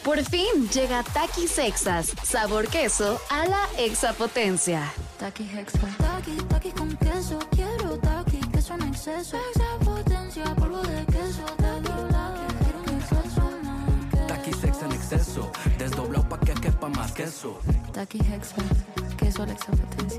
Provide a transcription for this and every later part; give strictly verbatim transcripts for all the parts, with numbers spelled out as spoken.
Por fin llega Takis Exas, sabor queso a la exapotencia. Takis Hexa. Takis, Takis con queso, quiero Takis, queso en exceso. Exapotencia, polvo de queso, Takis, quiero un exceso más. Takis Hexa en exceso, desdoblado pa' que quepa más queso. Takis Hexa, queso a la exapotencia.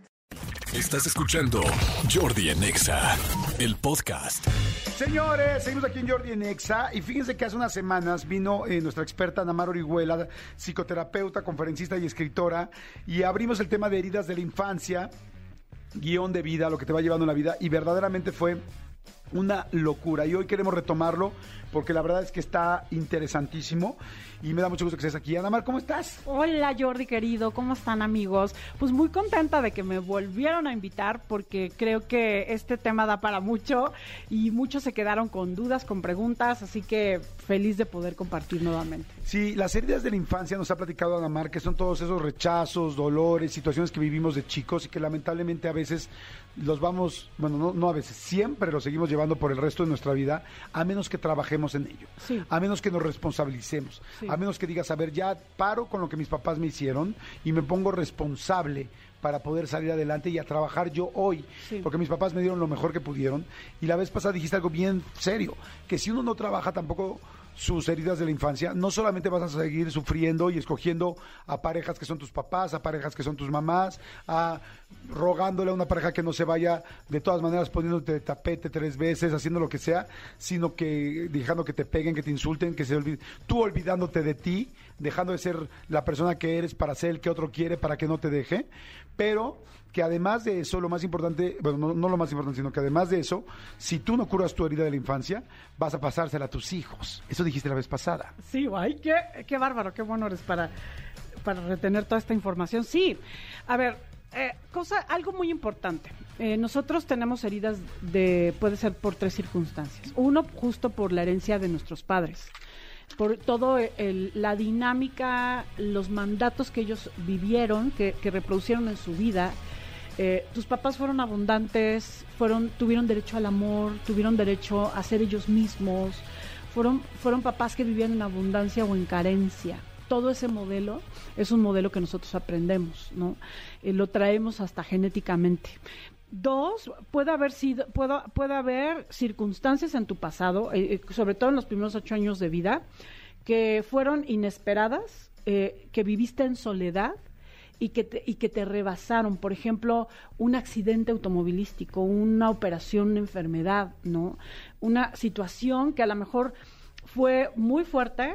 Estás escuchando Jordi en Exa, el podcast. Señores, seguimos aquí en Jordi en Exa y fíjense que hace unas semanas vino eh, nuestra experta Ana Mar Orihuela, psicoterapeuta, conferencista y escritora, y abrimos el tema de heridas de la infancia, guión de vida, lo que te va llevando en la vida, y verdaderamente fue una locura. Y hoy queremos retomarlo porque la verdad es que está interesantísimo y me da mucho gusto que estés aquí. Ana Mar, ¿cómo estás? Hola Jordi querido, ¿cómo están amigos? Pues muy contenta de que me volvieron a invitar porque creo que este tema da para mucho y muchos se quedaron con dudas, con preguntas, así que feliz de poder compartir nuevamente. Sí, las heridas de la infancia nos ha platicado Ana Mar, que son todos esos rechazos, dolores, situaciones que vivimos de chicos y que lamentablemente a veces los vamos, bueno, no, no a veces, siempre los seguimos llevando por el resto de nuestra vida, a menos que trabajemos en ello, sí. A menos que nos responsabilicemos, sí. A menos que digas, a ver, ya paro con lo que mis papás me hicieron y me pongo responsable para poder salir adelante y a trabajar yo hoy, sí. Porque mis papás me dieron lo mejor que pudieron. Y la vez pasada dijiste algo bien serio, que si uno no trabaja tampoco sus heridas de la infancia, no solamente vas a seguir sufriendo y escogiendo a parejas que son tus papás, a parejas que son tus mamás, a rogándole a una pareja que no se vaya de todas maneras poniéndote de tapete tres veces, haciendo lo que sea, sino que dejando que te peguen, que te insulten, que se olviden, tú olvidándote de ti, dejando de ser la persona que eres para ser el que otro quiere, para que no te deje, pero que además de eso, lo más importante, bueno, no, no lo más importante, sino que además de eso, si tú no curas tu herida de la infancia, vas a pasársela a tus hijos. Eso dijiste la vez pasada. Sí, ay, qué, qué bárbaro, qué bueno eres para, para retener toda esta información. Sí, a ver, eh, cosa, algo muy importante. Eh, nosotros tenemos heridas de, puede ser por tres circunstancias. Uno, justo por la herencia de nuestros padres. Por todo el, la dinámica, los mandatos que ellos vivieron, que, que reproducieron en su vida. Eh, tus papás fueron abundantes, fueron, tuvieron derecho al amor, tuvieron derecho a ser ellos mismos, fueron, fueron papás que vivían en abundancia o en carencia. Todo ese modelo es un modelo que nosotros aprendemos, ¿no? Eh, lo traemos hasta genéticamente. Dos, puede haber sido, puede, puede haber circunstancias en tu pasado, eh, sobre todo en los primeros ocho años de vida, que fueron inesperadas, eh, que viviste en soledad y que te, y que te rebasaron. Por ejemplo, un accidente automovilístico, una operación, una enfermedad, ¿no? Una situación que a lo mejor fue muy fuerte.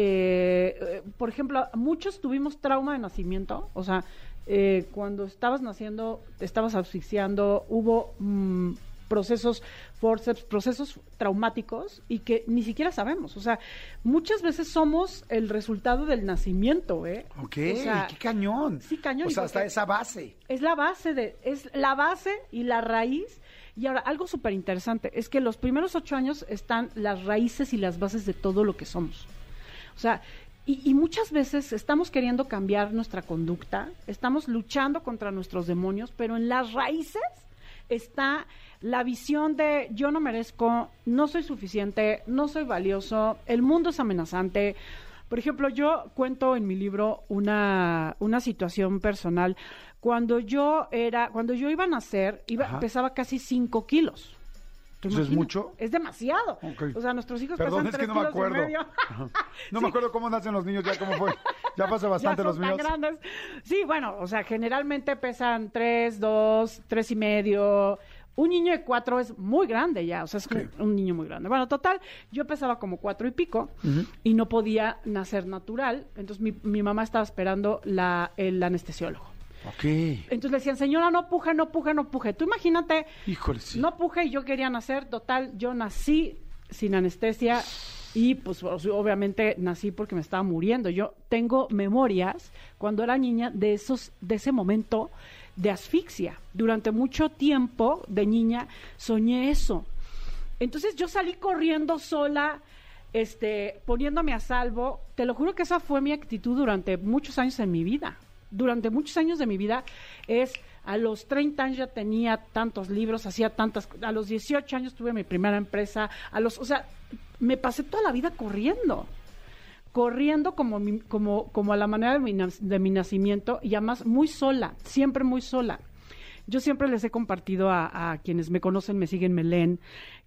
Eh, por ejemplo, muchos tuvimos trauma de nacimiento, o sea, Eh, cuando estabas naciendo, te estabas asfixiando, hubo mmm, procesos forceps, procesos traumáticos y que ni siquiera sabemos. O sea, muchas veces somos el resultado del nacimiento, ¿eh? Ok, o sea, qué cañón. Sí, cañón. O sea, hasta esa base. Es la base de, es la base y la raíz. Y ahora, algo súper interesante, es que los primeros ocho años están las raíces y las bases de todo lo que somos. O sea, Y, y muchas veces estamos queriendo cambiar nuestra conducta, estamos luchando contra nuestros demonios, pero en las raíces está la visión de yo no merezco, no soy suficiente, no soy valioso, el mundo es amenazante. Por ejemplo, yo cuento en mi libro una, una situación personal. Cuando yo era, cuando yo iba a nacer, iba, pesaba casi cinco kilos. ¿Eso es mucho? Es demasiado. Okay. O sea, nuestros hijos Perdón, pesan es tres que no me kilos y acuerdo. medio. No Sí. me acuerdo cómo nacen los niños, ya cómo fue. Ya pasa bastante ya los son tan míos. Grandes. Sí, bueno, o sea, generalmente pesan tres, dos, tres y medio. Un niño de cuatro es muy grande ya, o sea, es okay. un, un niño muy grande. Bueno, total, yo pesaba como cuatro y pico uh-huh. y no podía nacer natural. Entonces mi, mi mamá estaba esperando la, el anestesiólogo. Okay. Entonces le decían, señora, no puje, no puje, no puje. Tú imagínate, Híjole, sí. no puje y yo quería nacer, total, yo nací sin anestesia y pues obviamente nací porque me estaba muriendo. Yo tengo memorias cuando era niña de esos, de ese momento de asfixia. Durante mucho tiempo de niña soñé eso. Entonces yo salí corriendo sola, este, poniéndome a salvo. Te lo juro que esa fue mi actitud durante muchos años en mi vida. Durante muchos años de mi vida es, a los treinta años ya tenía tantos libros, hacía tantas, a los dieciocho años tuve mi primera empresa, a los, o sea, me pasé toda la vida corriendo, corriendo como, mi, como, como a la manera de mi, de mi nacimiento y además muy sola, siempre muy sola. Yo siempre les he compartido a, a quienes me conocen, me siguen, me leen,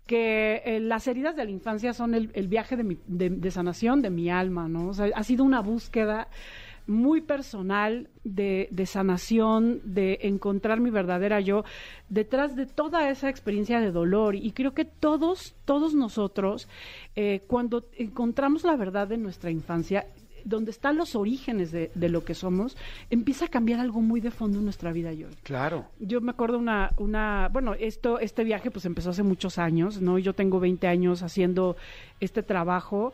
que eh, las heridas de la infancia son el, el viaje de, mi, de, de sanación de mi alma, ¿no? O sea, ha sido una búsqueda muy personal de, de sanación, de encontrar mi verdadera yo, detrás de toda esa experiencia de dolor. Y creo que todos, todos nosotros, eh, cuando encontramos la verdad de nuestra infancia, donde están los orígenes de, de lo que somos, empieza a cambiar algo muy de fondo en nuestra vida, yo. Claro. Yo me acuerdo una, una, bueno, esto, este viaje pues empezó hace muchos años, ¿no? Yo tengo veinte años haciendo este trabajo,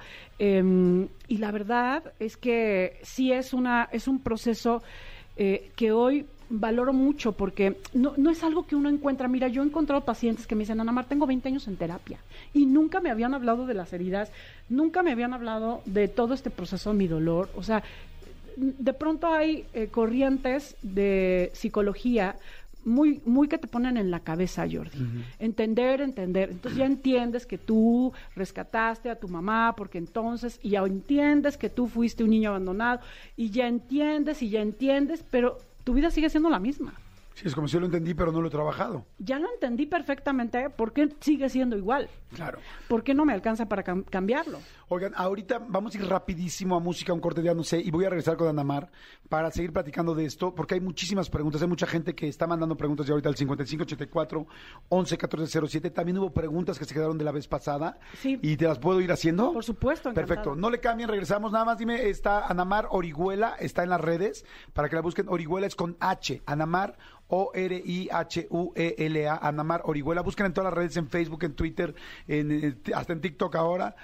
eh, y la verdad es que sí es una, es un proceso eh, que hoy valoro mucho porque no, no es algo que uno encuentra. Mira, yo he encontrado pacientes que me dicen, Ana Mar, tengo veinte años en terapia y nunca me habían hablado de las heridas, nunca me habían hablado de todo este proceso de mi dolor. O sea, de pronto hay eh, corrientes de psicología muy muy que te ponen en la cabeza, Jordi. Uh-huh. Entender, entender. Entonces ya entiendes que tú rescataste a tu mamá, porque entonces, y ya entiendes que tú fuiste un niño abandonado, y ya entiendes, y ya entiendes, pero tu vida sigue siendo la misma. Sí, es como si yo lo entendí, pero no lo he trabajado. Ya lo entendí perfectamente, ¿por qué sigue siendo igual? Claro. ¿Por qué no me alcanza para cam- cambiarlo? Oigan, ahorita vamos a ir rapidísimo a música, un corte de ya no sé, y voy a regresar con Ana Mar para seguir platicando de esto, porque hay muchísimas preguntas, hay mucha gente que está mandando preguntas ya ahorita al cincuenta y cinco ochenta y cuatro once catorce cero siete. También hubo preguntas que se quedaron de la vez pasada. Sí. ¿Y te las puedo ir haciendo? Por supuesto, encantada. Perfecto, no le cambien, regresamos. Nada más dime, está Ana Mar Orihuela, está en las redes, para que la busquen. Orihuela es con H, Ana Mar O R I H U E L A, Ana Mar Orihuela. Busquen en todas las redes, en Facebook, en Twitter, en, en, hasta en TikTok ahora.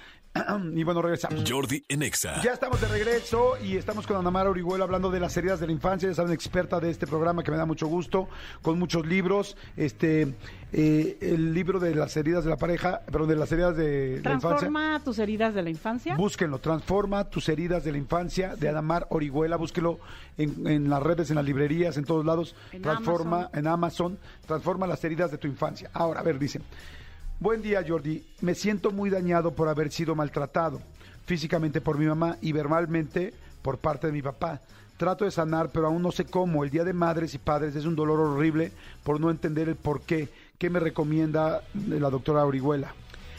Y bueno, regresamos. Jordi en Exa. Ya estamos de regreso y estamos con Ana Mar Orihuela hablando de las heridas de la infancia. Ya saben, experta de este programa que me da mucho gusto, con muchos libros. Este, eh, el libro de las heridas de la pareja, perdón, de las heridas de la infancia. Transforma tus heridas de la infancia. Búsquenlo, Transforma tus heridas de la infancia, de Ana Mar Orihuela. Búsquelo en, en las redes, en las librerías, en todos lados. En Transforma, Amazon. en Amazon. Transforma las heridas de tu infancia. Ahora, a ver, dice. Buen día, Jordi. Me siento muy dañado por haber sido maltratado, físicamente por mi mamá y verbalmente por parte de mi papá. Trato de sanar, pero aún no sé cómo. El Día de Madres y Padres es un dolor horrible por no entender el por qué. ¿Qué me recomienda la doctora Orihuela?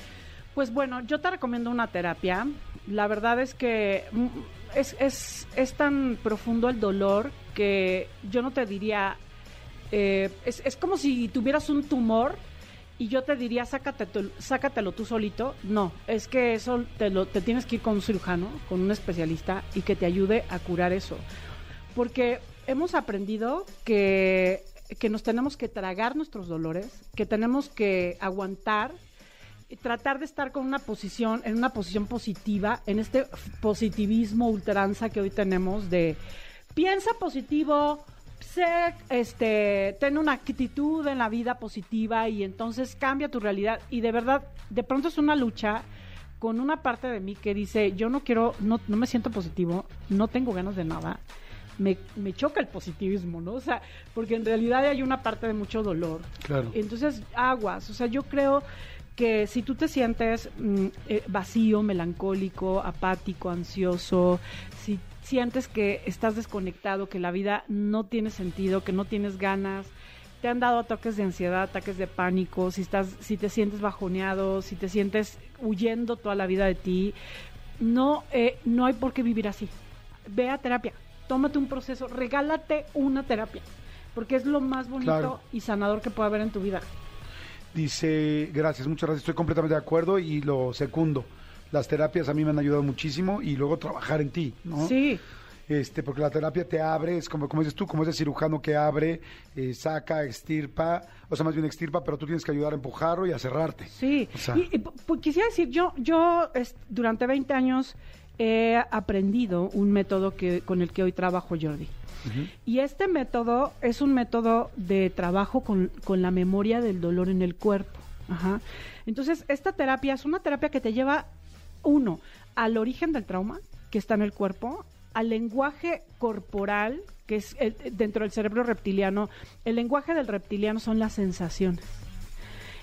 Pues bueno, yo te recomiendo una terapia. La verdad es que es, es, es tan profundo el dolor que yo no te diría... Eh, es, es como si tuvieras un tumor y yo te diría, sácate tu, sácatelo tú solito. No, es que eso te, lo, te tienes que ir con un cirujano, con un especialista y que te ayude a curar eso. Porque hemos aprendido que, que nos tenemos que tragar nuestros dolores, que tenemos que aguantar, y tratar de estar con una posición, en una posición positiva, en este positivismo ultranza que hoy tenemos de piensa positivo, sé, este, ten una actitud en la vida positiva y entonces cambia tu realidad. Y de verdad, de pronto es una lucha con una parte de mí que dice, yo no quiero, no, no me siento positivo, no tengo ganas de nada, me, me choca el positivismo, ¿no? O sea, porque en realidad hay una parte de mucho dolor. Claro. Entonces, aguas, o sea, yo creo que si tú te sientes mm, eh, vacío, melancólico, apático, ansioso, si sientes que estás desconectado, que la vida no tiene sentido, que no tienes ganas, te han dado ataques de ansiedad, ataques de pánico, si estás, si te sientes bajoneado, si te sientes huyendo toda la vida de ti, no, eh, no hay por qué vivir así. Ve a terapia, tómate un proceso, regálate una terapia, porque es lo más bonito Claro. y sanador que puede haber en tu vida. Dice, gracias, muchas gracias, estoy completamente de acuerdo y lo secundo. Las terapias a mí me han ayudado muchísimo y luego trabajar en ti, ¿no? Sí. Este, porque la terapia te abre, es como, como dices tú, como ese cirujano que abre, eh, saca, extirpa, o sea, más bien extirpa, pero tú tienes que ayudar a empujarlo y a cerrarte. Sí, O sea, y, y, pues, quisiera decir, yo, yo es, durante veinte años he aprendido un método que con el que hoy trabajo, Jordi. uh-huh. Y este método es un método de trabajo con, con la memoria del dolor en el cuerpo. Ajá. Entonces, esta terapia es una terapia que te lleva, uno, al origen del trauma, que está en el cuerpo, al lenguaje corporal, que es el, dentro del cerebro reptiliano. El lenguaje del reptiliano son las sensaciones.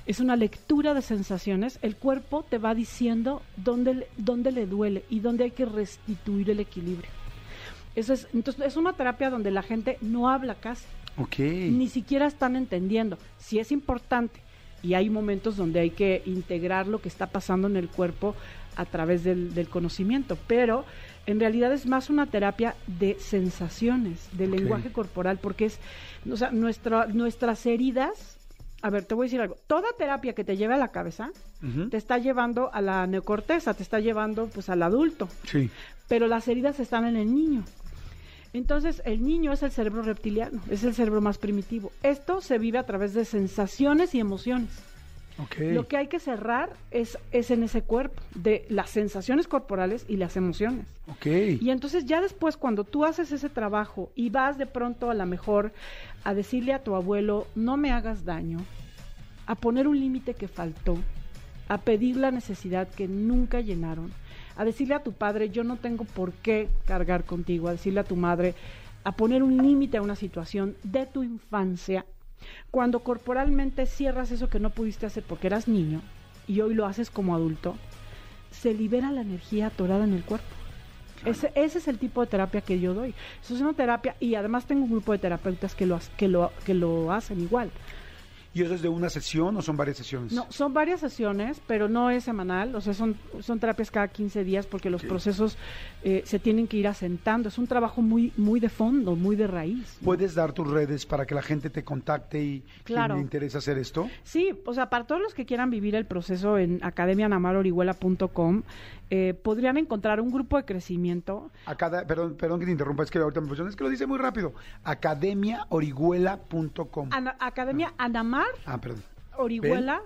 es una lectura de sensaciones. El cuerpo te va diciendo dónde, le- dónde le duele y dónde hay que restituir el equilibrio. Eso es, entonces, es una terapia donde la gente no habla casi, Ok. ni siquiera están entendiendo. Sí es importante y hay momentos donde hay que integrar lo que está pasando en el cuerpo a través del, del conocimiento, pero en realidad es más una terapia de sensaciones, de Ok. lenguaje corporal, porque es, o sea, nuestra, nuestras heridas. A ver, te voy a decir algo. Toda terapia que te lleve a la cabeza Ujú. te está llevando a la neocorteza, te está llevando pues al adulto, Sí. pero las heridas están en el niño. Entonces, el niño es el cerebro reptiliano, es el cerebro más primitivo. Esto se vive a través de sensaciones y emociones. Ok. Lo que hay que cerrar es, es en ese cuerpo, de las sensaciones corporales y las emociones. Ok. Y entonces ya después, cuando tú haces ese trabajo y vas de pronto a la mejor a decirle a tu abuelo, no me hagas daño, a poner un límite que faltó, a pedir la necesidad que nunca llenaron, a decirle a tu padre, yo no tengo por qué cargar contigo, a decirle a tu madre, a poner un límite a una situación de tu infancia, cuando corporalmente cierras eso que no pudiste hacer porque eras niño y hoy lo haces como adulto, se libera la energía atorada en el cuerpo. Ese, ese es el tipo de terapia que yo doy. Eso es una terapia y además tengo un grupo de terapeutas que lo, ha- que lo, que lo hacen igual. ¿Y eso es de una sesión o son varias sesiones? No, son varias sesiones, pero no es semanal, o sea, son, son terapias cada quince días porque los Ok. procesos eh, se tienen que ir asentando. Es un trabajo muy, muy de fondo, muy de raíz, ¿no? ¿Puedes dar tus redes para que la gente te contacte y Claro. quien le interesa hacer esto? Sí, o sea, para todos los que quieran vivir el proceso en academia anamar orihuela punto com, eh, podrían encontrar un grupo de crecimiento. Acada- perdón, perdón que te interrumpa, es que ahorita me pusieron, es que lo dice muy rápido. academia orihuela punto com. Ana- academia Anamar Ah, perdón. Orihuela.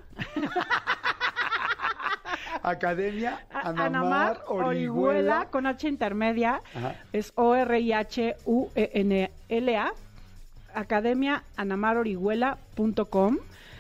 Academia A- Anamar Orihuela. Orihuela con H intermedia. Ajá. Es O R I H U E N L A. academia anamar orihuela punto com.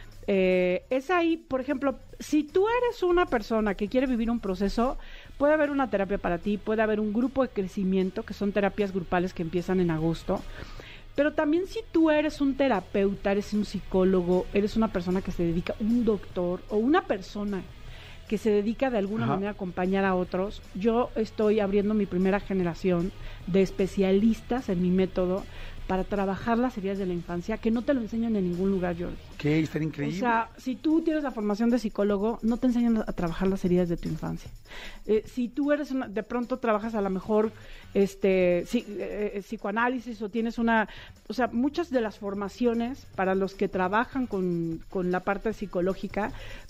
Eh, es ahí, por ejemplo, si tú eres una persona que quiere vivir un proceso, puede haber una terapia para ti, puede haber un grupo de crecimiento, que son terapias grupales que empiezan en agosto. Pero también si tú eres un terapeuta, eres un psicólogo, eres una persona que se dedica, un doctor o una persona que se dedica de alguna Ajá. manera a acompañar a otros, yo estoy abriendo mi primera generación de especialistas en mi método para trabajar las heridas de la infancia, que no te lo enseñan en ningún lugar, Jordi. Que está increíble. O sea, si tú tienes la formación de psicólogo, no te enseñan a trabajar las heridas de tu infancia. Eh, si tú eres una, de pronto trabajas a lo mejor este si- eh, eh, psicoanálisis o tienes una, o sea, muchas de las formaciones para los que trabajan con, con la parte psicológica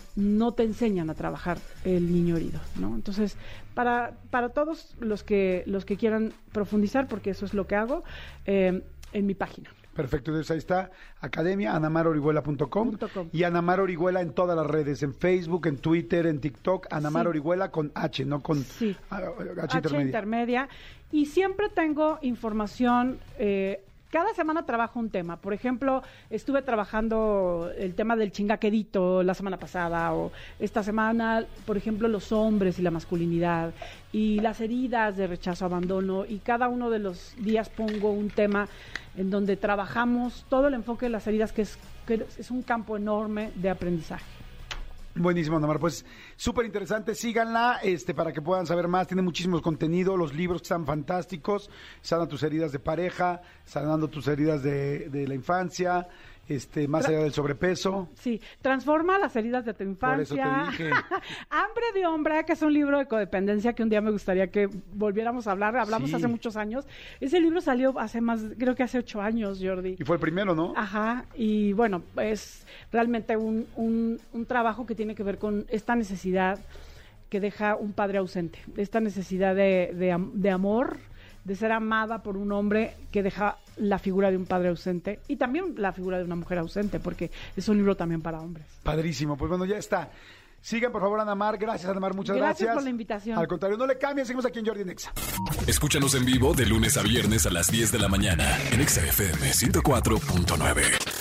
no te enseñan a trabajar el niño herido, ¿no? Entonces, para para todos los que los que quieran profundizar, porque eso es lo que hago, eh, en mi página. Perfecto, entonces ahí está, academia anamar orihuela punto com Punto com. y Anamar Orihuela en todas las redes, en Facebook, en Twitter, en TikTok, Anamar Sí. Orihuela con H, no con Sí. ah, H, H intermedia. intermedia. Y siempre tengo información, eh, cada semana trabajo un tema. Por ejemplo, estuve trabajando el tema del chingaquedito la semana pasada, o esta semana, por ejemplo, los hombres y la masculinidad, y las heridas de rechazo, abandono, y cada uno de los días pongo un tema en donde trabajamos todo el enfoque de las heridas, que es, que es un campo enorme de aprendizaje. Buenísimo, Anamar, pues súper interesante, síganla este, para que puedan saber más, tiene muchísimos contenidos, los libros que están fantásticos, sana tus heridas de pareja, sanando tus heridas de, de la infancia, este, más Tra- allá del sobrepeso. Sí, transforma las heridas de tu Por eso infancia. te dije. Hambre de hombre, que es un libro de codependencia que un día me gustaría que volviéramos a hablar. Hablamos Sí. hace muchos años. Ese libro salió hace más, creo que hace ocho años, Jordi. Y fue el primero, ¿no? Ajá, y bueno, es realmente un, un, un trabajo que tiene que ver con esta necesidad que deja un padre ausente, esta necesidad de, de, am- de amor, de ser amada por un hombre que deja la figura de un padre ausente y también la figura de una mujer ausente, porque es un libro también para hombres. Padrísimo, pues bueno, ya está. Sigan por favor a Anamar, gracias Anamar, muchas gracias. Gracias por la invitación. Al contrario, no le cambien, seguimos aquí en Jordi en Exa. Escúchanos en vivo de lunes a viernes a las diez de la mañana en Exa F M ciento cuatro punto nueve.